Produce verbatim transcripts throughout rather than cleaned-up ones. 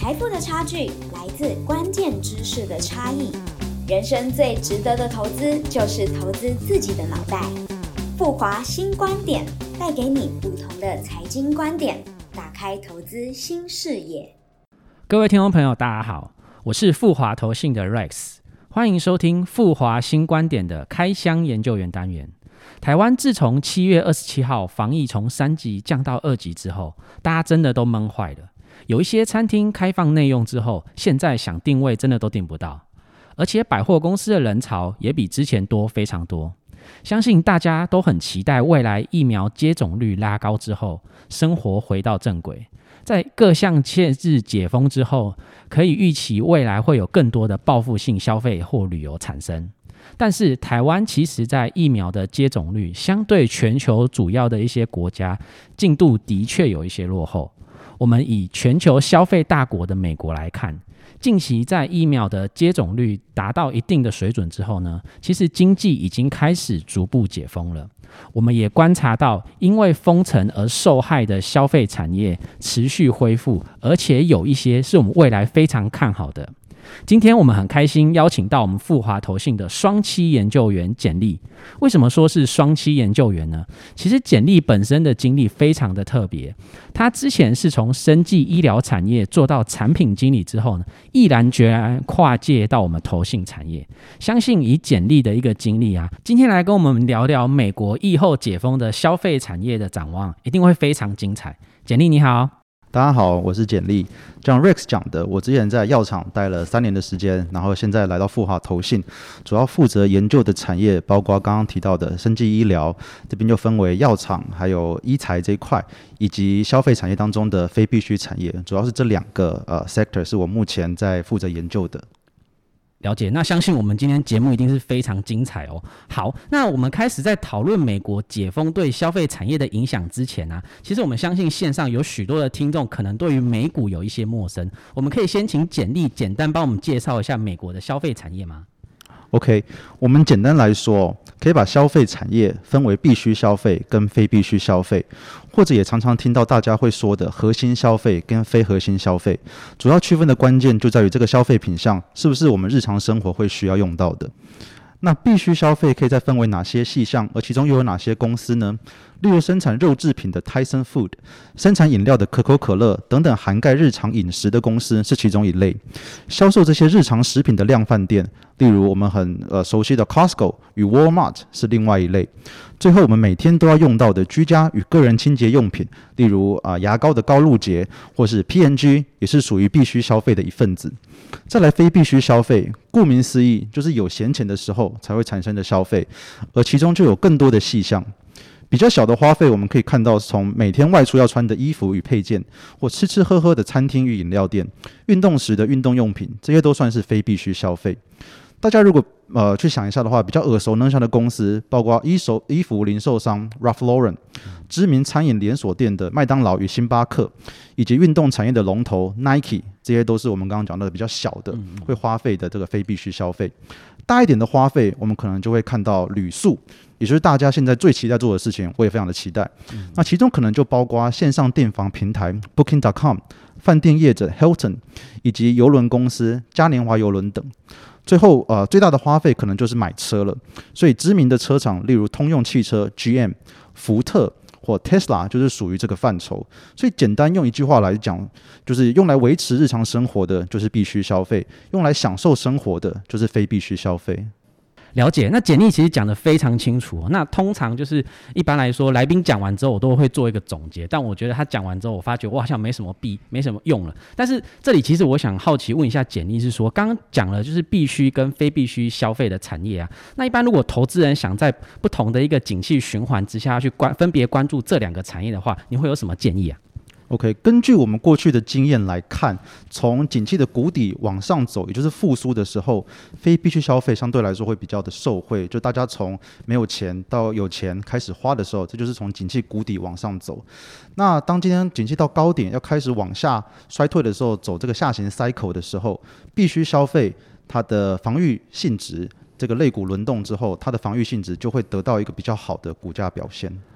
财富的差距来自关键知识的差异。人生最值得的投资就是投资自己的脑袋。富华新观点带给你不同的财经观点，打开投资新视野。 各位听众朋友大家好，我是富华投信的 Rex， 欢迎收听富华新观点的开箱研究员单元。台湾自从七月二十七号防疫从三级降到二级之后，大家真的都闷坏了。有一些餐厅开放内用之后，现在想订位真的都订不到，而且百货公司的人潮也比之前多非常多。相信大家都很期待未来疫苗接种率拉高之后，生活回到正轨。在各项限制解封之后，可以预期未来会有更多的报复性消费或旅游产生。但是台湾其实在疫苗的接种率相对全球主要的一些国家进度的确有一些落后。我们以全球消费大国的美国来看，近期在疫苗的接种率达到一定的水准之后呢，其实经济已经开始逐步解封了。我们也观察到因为封城而受害的消费产业持续恢复，而且有一些是我们未来非常看好的。今天我们很开心邀请到我们富华投信的双栖研究员简历。为什么说是双栖研究员呢？其实简历本身的经历非常的特别，他之前是从生技医疗产业做到产品经理之后呢，毅然决然跨界到我们投信产业。相信以简历的一个经历啊，今天来跟我们聊聊美国疫后解封的消费产业的展望，一定会非常精彩。简历你好。 大家好，我是简历。像 Rex 讲的，我之前在药厂待了三年的时间，然后现在来到富华投信，主要负责研究的产业包括刚刚提到的生技医疗，这边就分为药厂还有医材这一块，以及消费产业当中的非必需产业，主要是这两个呃 sector 是我目前在负责研究的。 了解，那相信我们今天节目一定是非常精彩哦。好，那我们开始在讨论美国解封对消费产业的影响之前啊，其实我们相信线上有许多的听众可能对于美股有一些陌生，我们可以先请简历简单帮我们介绍一下美国的消费产业吗？ OK， 我们简单来说，可以把消费产业分为必须消费跟非必须消费，或者也常常听到大家会说的核心消费跟非核心消费。主要区分的关键就在于这个消费品项是不是我们日常生活会需要用到的。那必须消费可以再分为哪些细项，而其中又有哪些公司呢？例如生产肉制品的 Tyson Food， 生产饮料的可口可乐等等涵盖日常饮食的公司是其中一类。销售这些日常食品的量贩店，例如我们很、呃、熟悉的 Costco 与 Walmart 是另外一类。最后我们每天都要用到的居家与个人清洁用品，例如、呃、牙膏的高露洁或是 P and G 也是属于必须消费的一份子。再来非必须消费，顾名思义就是有闲钱的时候才会产生的消费，而其中就有更多的细项。比较小的花费我们可以看到从每天外出要穿的衣服与配件，或吃吃喝喝的餐厅与饮料店，运动时的运动用品，这些都算是非必须消费。大家如果呃去想一下的话，比较耳熟能详的公司包括衣手衣服零售商 Ralph Lauren， 知名餐饮连锁店的麦当劳与星巴克，以及运动产业的龙头 Nike， 这些都是我们刚刚讲到的比较小的会花费的这个非必须消费。大一点的花费我们可能就会看到旅宿，也就是大家现在最期待做的事情，我也非常的期待。嗯、那其中可能就包括线上订房平台 Booking 点 com、 饭店业者 Hilton， 以及邮轮公司嘉年华邮轮等。最后、呃、最大的花费可能就是买车了，所以知名的车厂例如通用汽车 G M、 福特或 Tesla 就是属于这个范畴。所以简单用一句话来讲，就是用来维持日常生活的就是必须消费，用来享受生活的就是非必须消费。 了解，那简历其实讲得非常清楚、哦、那通常就是一般来说来宾讲完之后我都会做一个总结，但我觉得他讲完之后我发觉我好像没什么必没什么用了。但是这里其实我想好奇问一下简历，是说刚刚讲了就是必须跟非必须消费的产业啊，那一般如果投资人想在不同的一个景气循环之下去关分别关注这两个产业的话，你会有什么建议啊 ？OK， 根据我们过去的经验来看，从景气的谷底往上走，也就是复苏的时候，非必需消费相对来说会比较的受惠，就大家从没有钱到有钱开始花的时候，这就是从景气谷底往上走。那当今天景气到高点要开始往下衰退的时候，走这个下行 cycle 的时候，必须消费它的防御性质，这个类股轮动之后，它的防御性质就会得到一个比较好的股价表现。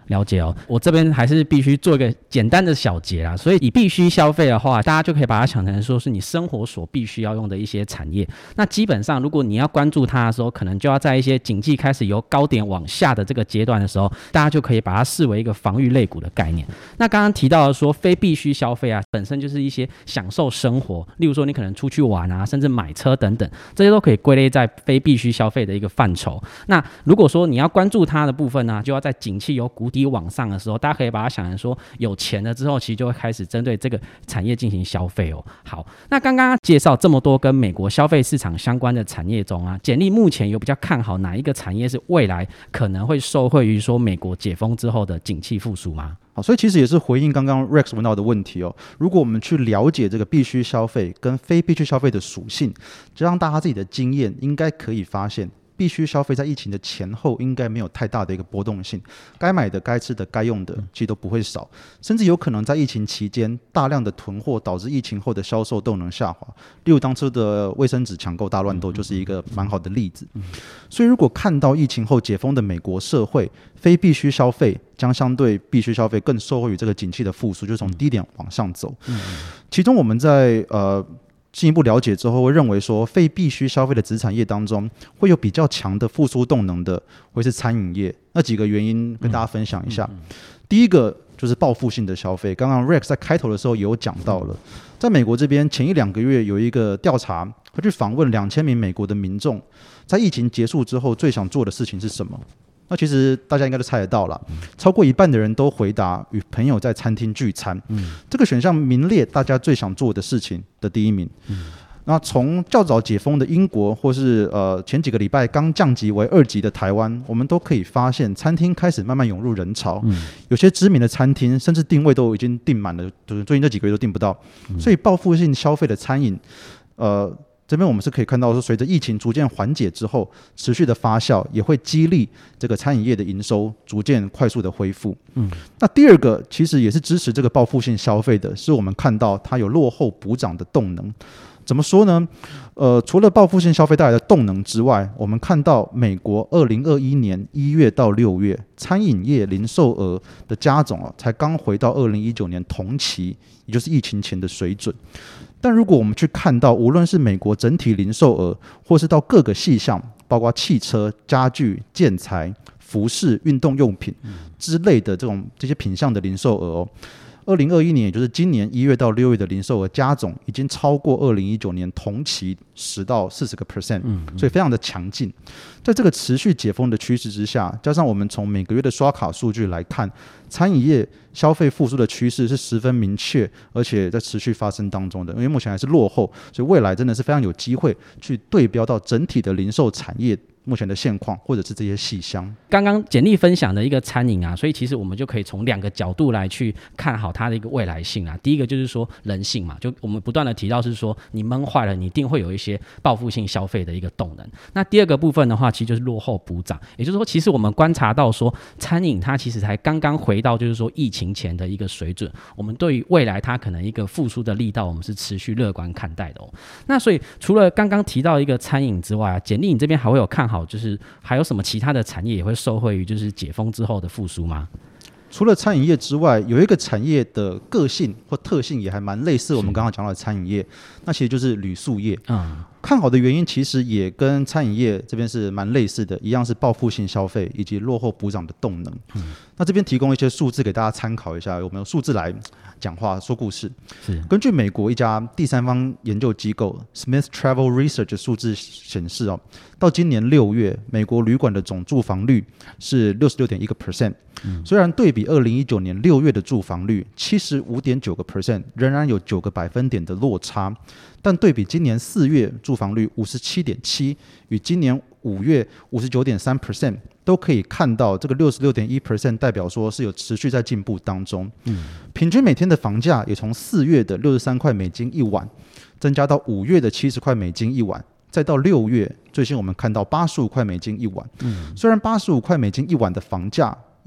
了解哦，我这边还是必须做一个简单的小结啦。所以以必须消费的话，大家就可以把它想成说是你生活所必须要用的一些产业。那基本上，如果你要关注它的时候，可能就要在一些景气开始由高点往下的这个阶段的时候，大家就可以把它视为一个防御类股的概念。那刚刚提到的说非必须消费啊，本身就是一些享受生活，例如说你可能出去玩啊，甚至买车等等，这些都可以归类在非必须消费的一个范畴。那如果说你要关注它的部分呢、啊，就要在景气由谷底往上的时候，大家可以把它想成说有钱了之后，其实就会开始针对这个产业进行消费哦。好，那刚刚介绍这么多跟美国消费市场相关的产业中啊，简历目前有比较看好哪一个产业是未来可能会受惠于说美国解封之后的景气复苏吗？ 好，所以其实也是回应刚刚 Rex 问到的问题哦。如果我们去了解这个必须消费跟非必须消费的属性，就让大家自己的经验应该可以发现，必须消费在疫情的前后应该没有太大的一个波动性，该买的、该吃的、该用的其实都不会少，甚至有可能在疫情期间大量的囤货导致疫情后的销售动能下滑，例如当初的卫生纸抢购大乱斗就是一个蛮好的例子。所以如果看到疫情后解封的美国社会，非必须消费将相对必须消费更受惠于这个景气的复苏，就从低点往上走。其中我们在呃进一步了解之后，会认为说非必须消费的子产业当中，会有比较强的复苏动能的，会是餐饮业。那几个原因跟大家分享一下。嗯嗯嗯、第一个就是报复性的消费，刚刚 Rex 在开头的时候也有讲到了，在美国这边前一两个月有一个调查，他去访问两千名美国的民众，在疫情结束之后最想做的事情是什么？那其实大家应该都猜得到了，超过一半的人都回答与朋友在餐厅聚餐，嗯、这个选项名列大家最想做的事情的第一名。嗯、那从较早解封的英国，或是呃前几个礼拜刚降级为二级的台湾，我们都可以发现餐厅开始慢慢涌入人潮，嗯、有些知名的餐厅甚至定位都已经订满了，就是最近这几个月都订不到，嗯、所以报复性消费的餐饮，呃。这边我们是可以看到说，随着疫情逐渐缓解之后，持续的发酵也会激励这个餐饮业的营收逐渐快速的恢复。嗯，那第二个其实也是支持这个报复性消费的，是我们看到它有落后补涨的动能。怎么说呢？呃，除了报复性消费带来的动能之外，我们看到美国二零二一年一月到六月餐饮业零售额的加总啊，才刚回到二零一九年同期，也就是疫情前的水准。但如果我们去看到，无论是美国整体零售额，或是到各个细项，包括汽车、家具、建材、服饰、运动用品之类的这种这些品项的零售额哦，二零二一年也就是今年一月到六月的零售额加总，已经超过二零一九年同期十到四十个 percent， 所以非常的强劲。在这个持续解封的趋势之下，加上我们从每个月的刷卡数据来看，餐饮业消费复苏的趋势是十分明确，而且在持续发生当中的。因为目前还是落后，所以未来真的是非常有机会去对标到整体的零售产业目前的现况，或者是这些细项。 刚刚简历分享的一个餐饮啊，所以其实我们就可以从两个角度来去看好它的一个未来性啊。第一个就是说人性嘛，就我们不断的提到是说，你闷坏了，你一定会有一些报复性消费的一个动能。那第二个部分的话，其实就是落后补涨，也就是说，其实我们观察到说，餐饮它其实才刚刚回到就是说疫情前的一个水准。我们对于未来它可能一个复苏的力道，我们是持续乐观看待的哦。那所以除了刚刚提到一个餐饮之外啊，简历你这边还会有看好，就是还有什么其他的产业也会受惠于就是解封之后的复苏吗？ 除了餐饮业之外，有一个产业的个性或特性也还蛮类似我们刚刚讲到的餐饮业，那其实就是旅宿业。嗯，看好的原因其实也跟餐饮业这边是蛮类似的，一样是报复性消费以及落后补涨的动能。嗯，那这边提供一些数字给大家参考一下，我们用数字来讲话说故事。是，根据美国一家第三方研究机构 Smith Travel Research 的数字显示哦，到今年六月，美国旅馆的总住房率是 六十六点一个 percent。嗯，虽然对比二零一九年六月的住房率 七十五点九个 percent， 仍然有九个百分点的落差，但对比今年四月住房率 五十七点七 与今年五月 五十九点三 percent， 都可以看到这个 六十六点一 percent 代表说是有持续在进步当中。嗯，平均每天的房价也从四月的六十三块美金一晚增加到五月的七十块美金一晚，再到六月最新我们看到八十五块美金一晚。嗯，虽然八十五块美金一晚的房价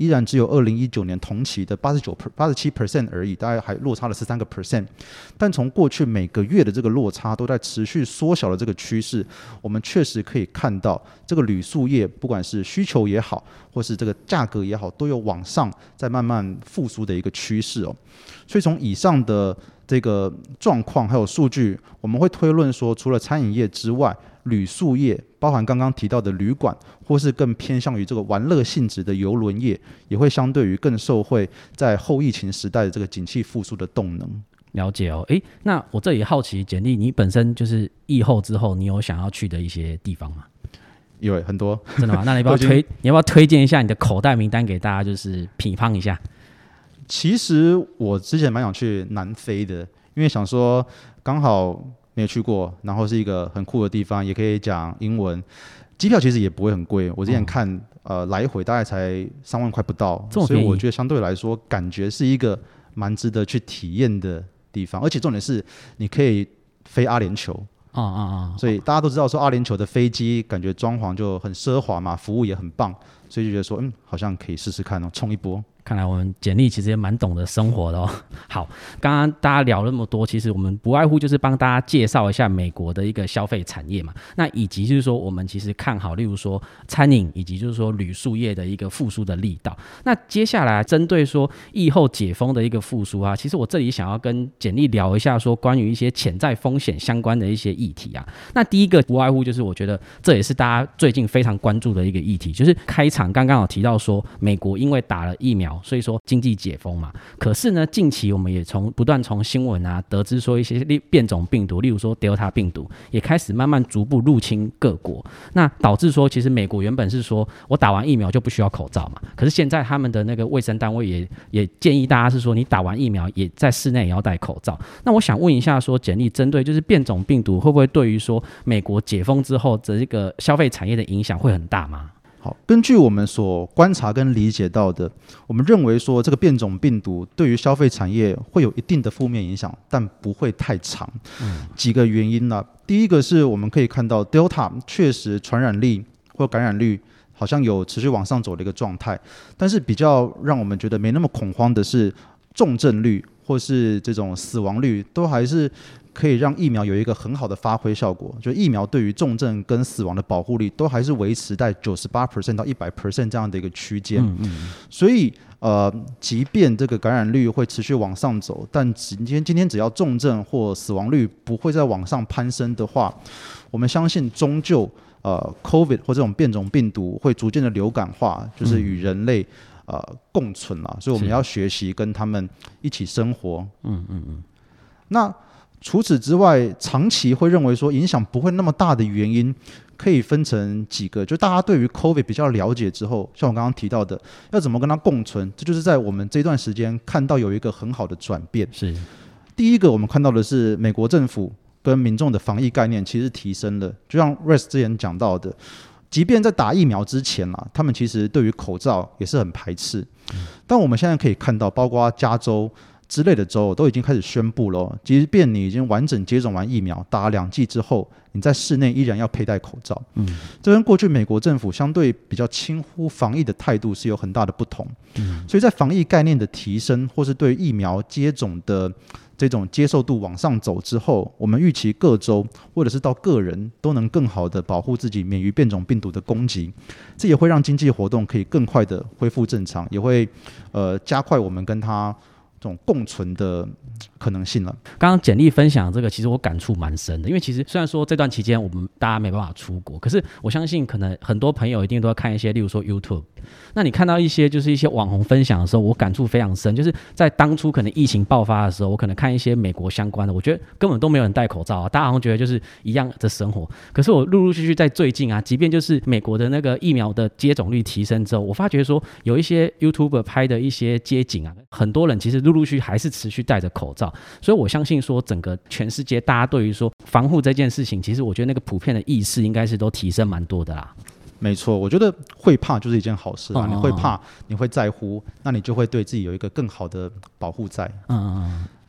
依然只有二零一九年同期的八十九、八十七 percent 而已，大概还落差了十三个 percent。但从过去每个月的这个落差都在持续缩小的这个趋势，我们确实可以看到，这个旅宿业不管是需求也好，或是这个价格也好，都有往上在慢慢复苏的一个趋势哦。所以从以上的这个状况还有数据，我们会推论说，除了餐饮业之外，旅宿业包含刚刚提到的旅馆，或是更偏向于这个玩乐性质的邮轮业，也会相对于更受惠在后疫情时代的这个景气复苏的动能。 了解哦，诶，那我这里好奇，简历你本身就是疫后之后，你有想要去的一些地方吗？ 有很多， 真的吗？那你要不要推？你要不要推荐一下你的口袋名单给大家，就是品乓一下？ 其实我之前蛮想去南非的，因为想说刚好没有去过，然后是一个很酷的地方，也可以讲英文，机票其实也不会很贵。我之前看、哦、呃来回大概才三万块不到，所以我觉得相对来说感觉是一个蛮值得去体验的地方，而且重点是你可以飞阿联酋。 啊啊啊！ 所以大家都知道说阿联酋的飞机感觉装潢就很奢华嘛，服务也很棒，所以就觉得说嗯，好像可以试试看哦，冲一波。 看来我们简历其实也蛮懂得生活的哦。好，刚刚大家聊那么多，其实我们不外乎就是帮大家介绍一下美国的一个消费产业嘛，那以及就是说我们其实看好例如说餐饮以及就是说旅宿业的一个复苏的力道。那接下来针对说疫后解封的一个复苏啊，其实我这里想要跟简历聊一下说关于一些潜在风险相关的一些议题啊。那第一个不外乎就是我觉得这也是大家最近非常关注的一个议题，就是开场刚刚有提到说美国因为打了疫苗，所以说经济解封嘛。可是呢，近期我们也从不断从新闻啊得知说一些变种病毒，例如说 Delta 病毒也开始慢慢逐步入侵各国，那导致说其实美国原本是说我打完疫苗就不需要口罩嘛，可是现在他们的那个卫生单位也也建议大家是说你打完疫苗也在室内也要戴口罩。那我想问一下说简历针对就是变种病毒会不会对于说美国解封之后的这个消费产业的影响会很大吗？ 好，根据我们所观察跟理解到的，我们认为说这个变种病毒对于消费产业会有一定的负面影响，但不会太长。嗯、几个原因呢？第一个是我们可以看到 Delta 确实传染力或感染率好像有持续往上走的一个状态，但是比较让我们觉得没那么恐慌的是重症率或是这种死亡率都还是可以让疫苗有一个很好的发挥效果，就疫苗对于重症跟死亡的保护力都还是维持在 百分之九十八 到 百分之百 这样的一个区间。嗯嗯，所以呃，即便这个感染率会持续往上走，但今天今天只要重症或死亡率不会再往上攀升的话，我们相信终究呃 COVID 或这种变种病毒会逐渐的流感化，就是与人类、嗯呃、共存了，所以我们要学习跟他们一起生活。嗯嗯嗯。那除此之外，长期会认为说影响不会那么大的原因，可以分成几个。就大家对于 COVID 比较了解之后，像我刚刚提到的，要怎么跟它共存，这就是在我们这段时间看到有一个很好的转变。 是， 第一个我们看到的是美国政府跟民众的防疫概念其实提升了，就像 Rex 之前讲到的。即便在打疫苗之前啦，他们其实对于口罩也是很排斥。嗯、但我们现在可以看到，包括加州之类的州都已经开始宣布了，即便你已经完整接种完疫苗，打两剂之后，你在室内依然要佩戴口罩。嗯，这跟过去美国政府相对比较轻忽防疫的态度是有很大的不同。嗯，所以在防疫概念的提升，或是对疫苗接种的这种接受度往上走之后，我们预期各州或者是到个人都能更好的保护自己免于变种病毒的攻击，这也会让经济活动可以更快的恢复正常，也会呃加快我们跟它这种共存的可能性了。 刚刚简历分享这个，其实我感触蛮深的，因为其实虽然说这段期间我们大家没办法出国，可是我相信可能很多朋友一定都要看一些，例如说 YouTube。那你看到一些就是一些网红分享的时候，我感触非常深，就是在当初可能疫情爆发的时候，我可能看一些美国相关的，我觉得根本都没有人戴口罩啊，大家好像觉得就是一样的生活。可是我陆陆续续在最近啊，即便就是美国的那个疫苗的接种率提升之后，我发觉说有一些 YouTuber 拍的一些街景啊，很多人其实陆陆续续还是持续戴着口罩，所以我相信说整个全世界大家对于说防护这件事情，其实我觉得那个普遍的意识应该是都提升蛮多的啦。 没错，我觉得会怕就是一件好事啊！哦、你会怕，你会在乎，那你就会对自己有一个更好的保护在。嗯嗯。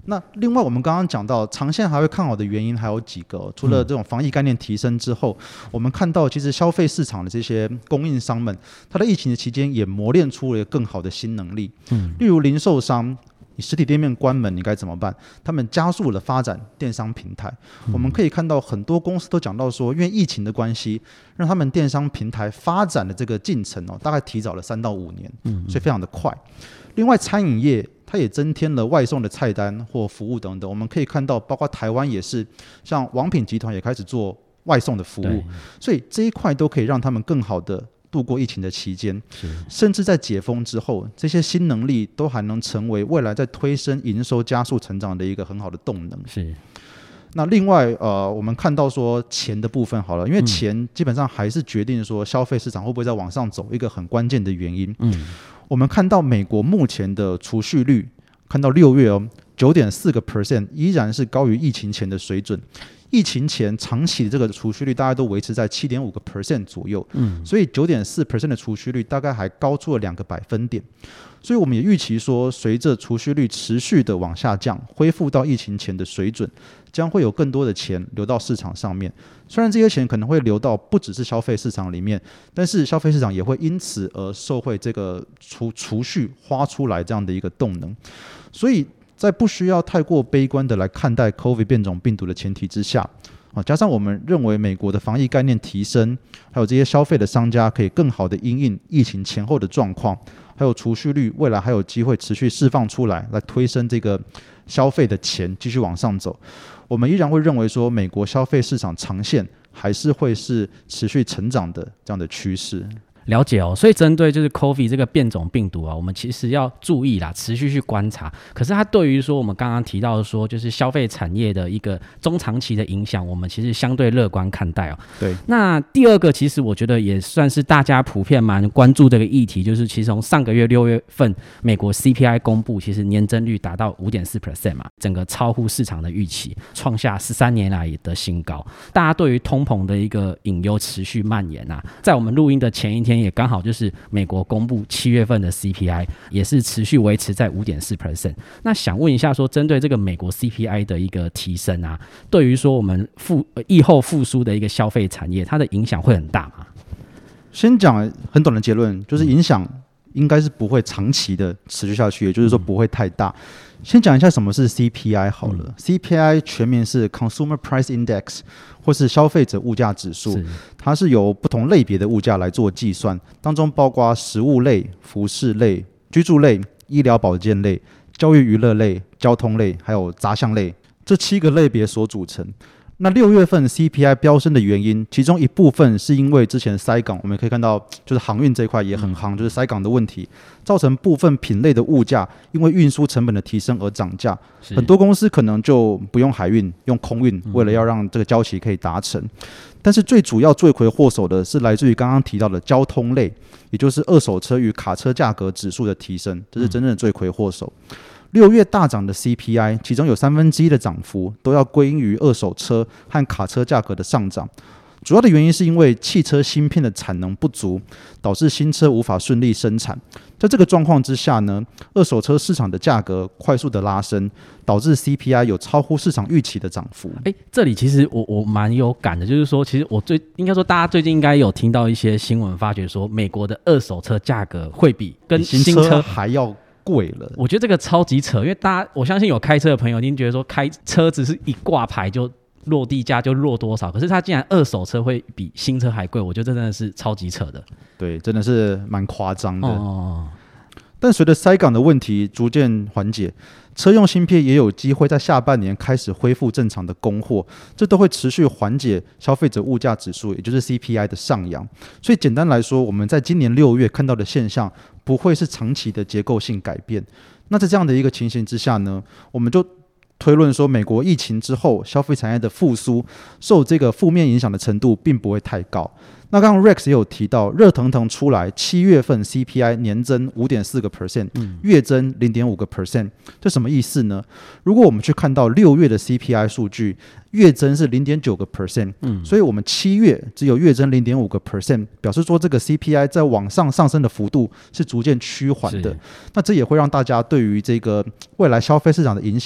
那另外我们刚刚讲到长线还会看好的原因还有几个、哦、除了这种防疫概念提升之后、嗯、我们看到其实消费市场的这些供应商们，他在疫情的期间也磨练出了更好的新能力、嗯、例如零售商，你实体店面关门你该怎么办？他们加速了发展电商平台、嗯、我们可以看到很多公司都讲到说，因为疫情的关系，让他们电商平台发展的这个进程、哦、大概提早了三到五年、嗯、所以非常的快。另外餐饮业它也增添了外送的菜单或服务等等，我们可以看到包括台湾也是，像王品集团也开始做外送的服务，所以这一块都可以让他们更好的度过疫情的期间，甚至在解封之后，这些新能力都还能成为未来在推升营收加速成长的一个很好的动能。是。那另外呃，我们看到说钱的部分好了，因为钱基本上还是决定说消费市场会不会再往上走一个很关键的原因。嗯，我们看到美国目前的储蓄率，看到六月哦 百分之九点四 依然是高于疫情前的水准。疫情前长期的这个储蓄率大概都维持在 百分之七点五 左右、嗯、所以 百分之九点四 的储蓄率大概还高出了两个百分点。所以我们也预期说，随着储蓄率持续的往下降，恢复到疫情前的水准，将会有更多的钱流到市场上面。虽然这些钱可能会流到不只是消费市场里面，但是消费市场也会因此而受惠这个 储, 储蓄花出来这样的一个动能。所以在不需要太过悲观的来看待 COVID 变种病毒的前提之下，加上我们认为美国的防疫概念提升，还有这些消费的商家可以更好的因应疫情前后的状况，还有储蓄率未来还有机会持续释放出来，来推升这个消费的钱继续往上走，我们依然会认为说美国消费市场长线还是会是持续成长的这样的趋势。 了解哦，所以针对就是 COVID 这个变种病毒啊，我们其实要注意啦，持续去观察。可是它对于说我们刚刚提到的说，就是消费产业的一个中长期的影响，我们其实相对乐观看待哦。对。那第二个，其实我觉得也算是大家普遍蛮关注的一个议题，就是其实从上个月六月份美国 C P I 公布，其实年增率达到 百分之五点四 嘛，整个超乎市场的预期，创下十三年来的新高。大家对于通膨的一个隐忧持续蔓延啊，在我们录音的前一天。也刚好就是美国公布七月份的 C P I 也是持续维持在 百分之五点四。 那想问一下说，针对这个美国 C P I 的一个提升啊，对于说我们复疫后复苏的一个消费产业，它的影响会很大吗？ 先讲很短的结论，就是影响应该是不会长期的持续下去，也就是说不会太大。先讲一下什么是 C P I 好了、嗯、C P I 全名是 Consumer Price Index 或是消费者物价指数，它是由不同类别的物价来做计算，当中包括食物类、服饰类、居住类、医疗保健类、教育娱乐类、交通类还有杂项类，这七个类别所组成。那六月份 C P I 飙升的原因，其中一部分是因为之前塞港，我们可以看到就是航运这一块也很夯，就是塞港的问题，造成部分品类的物价因为运输成本的提升而涨价，很多公司可能就不用海运，用空运，为了要让这个交期可以达成。但是最主要罪魁祸首的是来自于刚刚提到的交通类，也就是二手车与卡车价格指数的提升，这是真正的罪魁祸首。六月大涨的 C P I， 其中有三分之一的涨幅都要归因于二手车和卡车价格的上涨。主要的原因是因为汽车芯片的产能不足，导致新车无法顺利生产。在这个状况之下呢，二手车市场的价格快速的拉升，导致 C P I 有超乎市场预期的涨幅。 哎，这里其实我我蛮有感的，就是说，其实我最应该说，大家最近应该有听到一些新闻，发觉说美国的二手车价格会比跟新车还要贵了。 我觉得这个超级扯，因为大家我相信有开车的朋友一定觉得说，开车子是一挂牌就落地价就落多少，可是它竟然二手车会比新车还贵，我觉得真的是超级扯的。 对，真的是蛮夸张的。哦，但随着塞港的问题逐渐缓解，车用芯片也有机会在下半年开始恢复正常的供货，这都会持续缓解消费者物价指数，也就是 C P I 的上扬。所以简单来说，我们在今年六月看到的现象不会是长期的结构性改变。那在这样的一个情形之下呢，我们就推论说，美国疫情之后消费产业的复苏受这个负面影响的程度并不会太高。那刚刚 Rex 也有提到，热腾腾出来七月份 C P I 年增 百分之五点四、嗯、月增 百分之零点五， 这什么意思呢？如果我们去看到六月的 C P I 数据，月增是 百分之零点九、嗯、所以我们七月只有月增 百分之零点五， 表示说这个 C P I 在往上上升的幅度是逐渐趋缓的。那这也会让大家对于这个未来消费市场的影响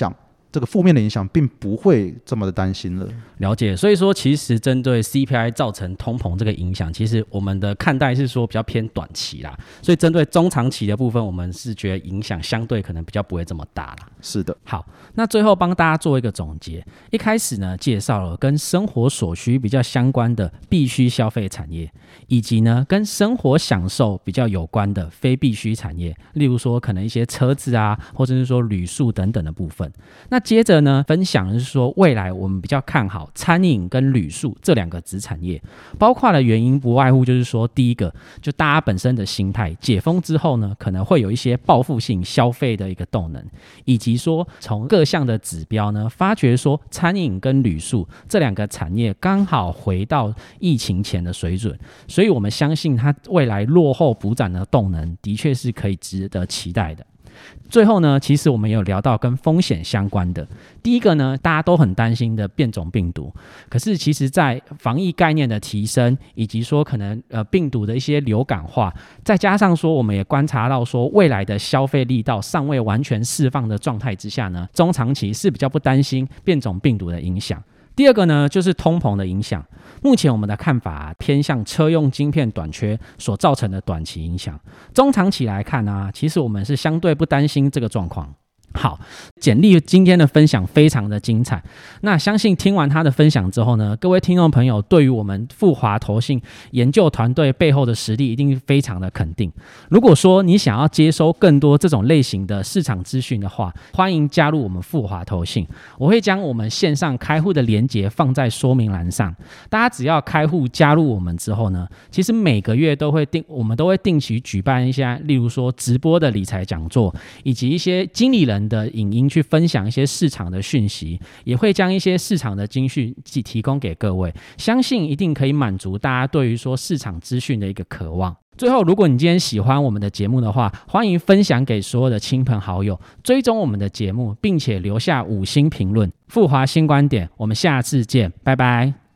这个负面的影响并不会这么的担心了。 了解，所以说其实针对 C P I 造成通膨这个影响，其实我们的看待是说比较偏短期啦，所以针对中长期的部分，我们是觉得影响相对可能比较不会这么大啦。 是的。 好，那最后帮大家做一个总结，一开始呢介绍了跟生活所需比较相关的必需消费产业，以及呢跟生活享受比较有关的非必需产业，例如说可能一些车子啊，或者是说旅宿等等的部分。那接着呢分享的是说未来我们比较看好餐饮跟旅宿这两个子产业，包括的原因不外乎就是说，第一个就大家本身的心态，解封之后呢可能会有一些报复性消费的一个动能，以及说从各项的指标呢发觉说餐饮跟旅宿这两个产业刚好回到疫情前的水准，所以我们相信它未来落后补涨的动能的确是可以值得期待的。最后呢，其实我们也有聊到跟风险相关的。第一个呢，大家都很担心的变种病毒，可是其实在防疫概念的提升，以及说可能呃病毒的一些流感化，再加上说我们也观察到说未来的消费力道尚未完全释放的状态之下呢，中长期是比较不担心变种病毒的影响。第二个呢，就是通膨的影响。目前我们的看法、啊、偏向车用晶片短缺所造成的短期影响。中长期来看啊，其实我们是相对不担心这个状况。好，简历今天的分享非常的精彩，那相信听完他的分享之后呢，各位听众朋友对于我们富华投信研究团队背后的实力一定非常的肯定。如果说你想要接收更多这种类型的市场资讯的话，欢迎加入我们富华投信，我会将我们线上开户的连结放在说明栏上，大家只要开户加入我们之后呢，其实每个月都会定我们都会定期举办一些例如说直播的理财讲座，以及一些经理人的影音去分享一些市场的讯息，也会将一些市场的资讯提供给各位，相信一定可以满足大家对于说市场资讯的一个渴望。最后，如果你今天喜欢我们的节目的话，欢迎分享给所有的亲朋好友，追踪我们的节目，并且留下五星评论。富华新观点，我们下次见，拜拜。